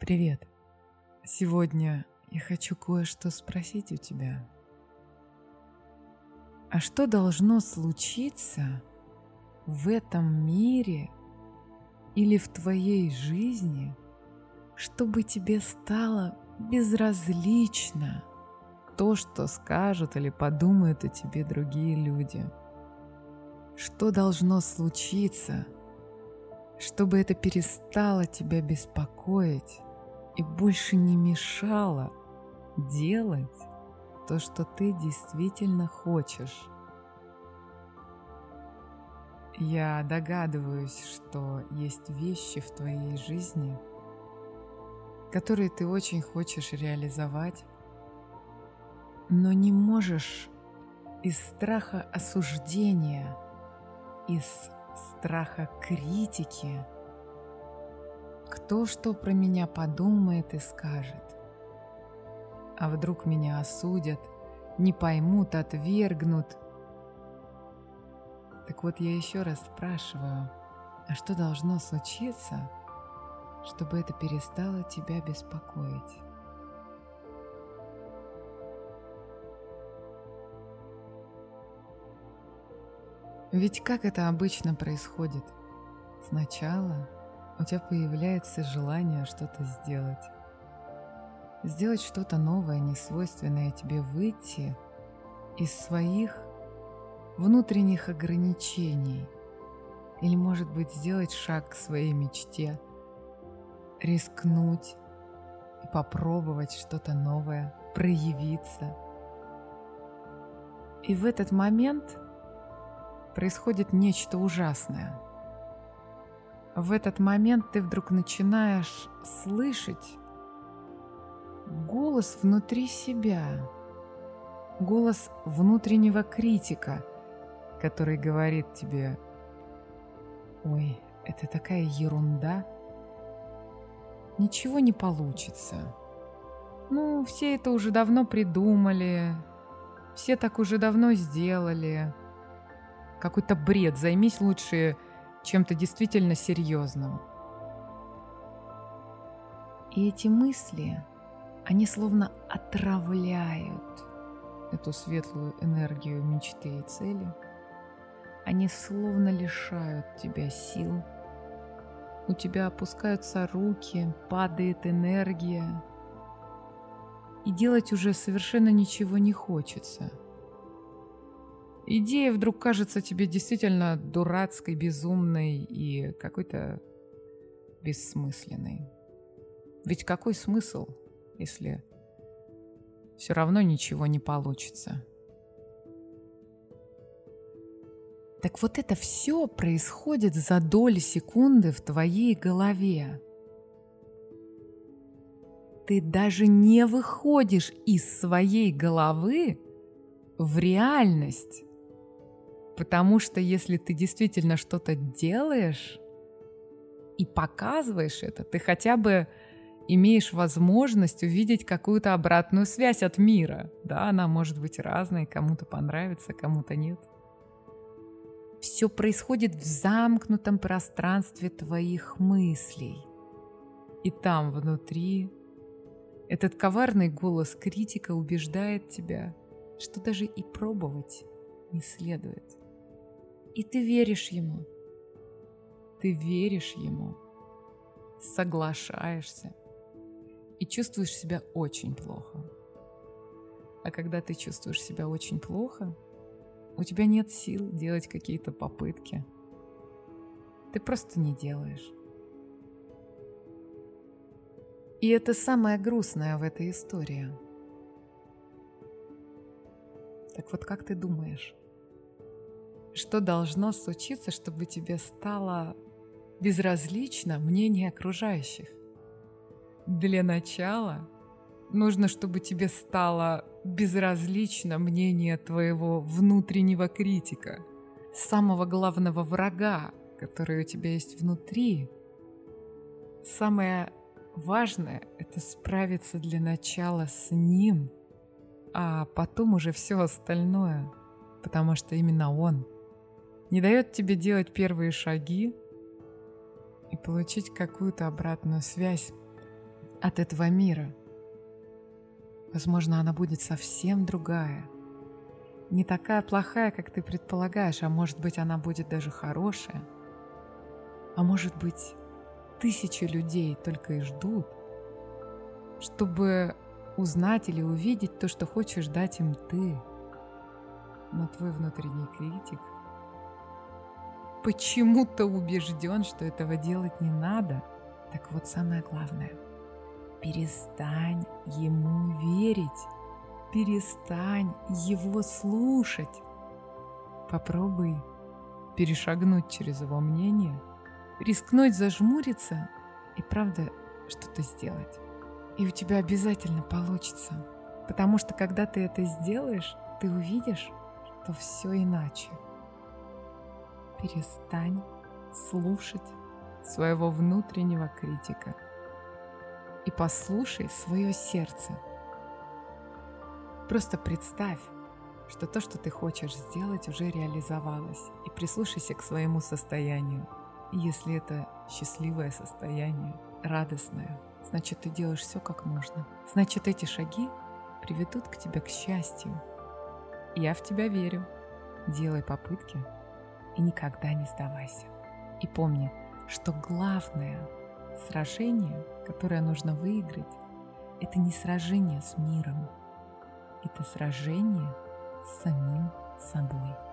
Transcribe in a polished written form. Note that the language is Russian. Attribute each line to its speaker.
Speaker 1: Привет. Сегодня я хочу кое-что спросить у тебя. А что должно случиться в этом мире или в твоей жизни, чтобы тебе стало безразлично то, что скажут или подумают о тебе другие люди? Что должно случиться, чтобы это перестало тебя беспокоить и больше не мешало делать то, что ты действительно хочешь? Я догадываюсь, что есть вещи в твоей жизни, которые ты очень хочешь реализовать, но не можешь из страха осуждения, из страха критики. Кто что про меня подумает и скажет? А вдруг меня осудят, не поймут, отвергнут? Так вот, я еще раз спрашиваю, а что должно случиться, чтобы это перестало тебя беспокоить? Ведь как это обычно происходит? Сначала у тебя появляется желание что-то сделать. Сделать что-то новое, несвойственное тебе, выйти из своих внутренних ограничений. Или, может быть, сделать шаг к своей мечте, рискнуть и попробовать что-то новое, проявиться. И в этот момент происходит нечто ужасное. В этот момент ты вдруг начинаешь слышать голос внутри себя, голос внутреннего критика, который говорит тебе: «Ой, это такая ерунда, ничего не получится. Ну, все это уже давно придумали, все так уже давно сделали. Какой-то бред, займись лучше чем-то действительно серьезным». И эти мысли, они словно отравляют эту светлую энергию мечты и цели. Они словно лишают тебя сил. У тебя опускаются руки, падает энергия. И делать уже совершенно ничего не хочется. Идея вдруг кажется тебе действительно дурацкой, безумной и какой-то бессмысленной. Ведь какой смысл, если все равно ничего не получится? Так вот это все происходит за доли секунды в твоей голове. Ты даже не выходишь из своей головы в реальность. Потому что если ты действительно что-то делаешь и показываешь это, ты хотя бы имеешь возможность увидеть какую-то обратную связь от мира. Да, она может быть разной, кому-то понравится, кому-то нет. Все происходит в замкнутом пространстве твоих мыслей. И там внутри этот коварный голос критика убеждает тебя, что даже и пробовать не следует. И ты веришь ему. Ты веришь ему, соглашаешься и чувствуешь себя очень плохо. А когда ты чувствуешь себя очень плохо, у тебя нет сил делать какие-то попытки. Ты просто не делаешь. И это самое грустное в этой истории. Так вот, как ты думаешь, что должно случиться, чтобы тебе стало безразлично мнение окружающих? Для начала нужно, чтобы тебе стало безразлично мнение твоего внутреннего критика, самого главного врага, который у тебя есть внутри. Самое важное – это справиться для начала с ним, а потом уже все остальное, потому что именно он не дает тебе делать первые шаги и получить какую-то обратную связь от этого мира. Возможно, она будет совсем другая. Не такая плохая, как ты предполагаешь, а может быть, она будет даже хорошая. А может быть, тысячи людей только и ждут, чтобы узнать или увидеть то, что хочешь дать им ты. Но твой внутренний критик почему-то убежден, что этого делать не надо. Так вот, самое главное — перестань ему верить. Перестань его слушать. Попробуй перешагнуть через его мнение, рискнуть зажмуриться и, правда, что-то сделать. И у тебя обязательно получится. Потому что, когда ты это сделаешь, ты увидишь, что все иначе. Перестань слушать своего внутреннего критика и послушай свое сердце. Просто представь, что то, что ты хочешь сделать, уже реализовалось, и прислушайся к своему состоянию. И если это счастливое состояние, радостное, значит, ты делаешь все как нужно. Значит, эти шаги приведут к тебе к счастью. Я в тебя верю. Делай попытки и никогда не сдавайся. И помни, что главное сражение, которое нужно выиграть, это не сражение с миром, это сражение с самим собой.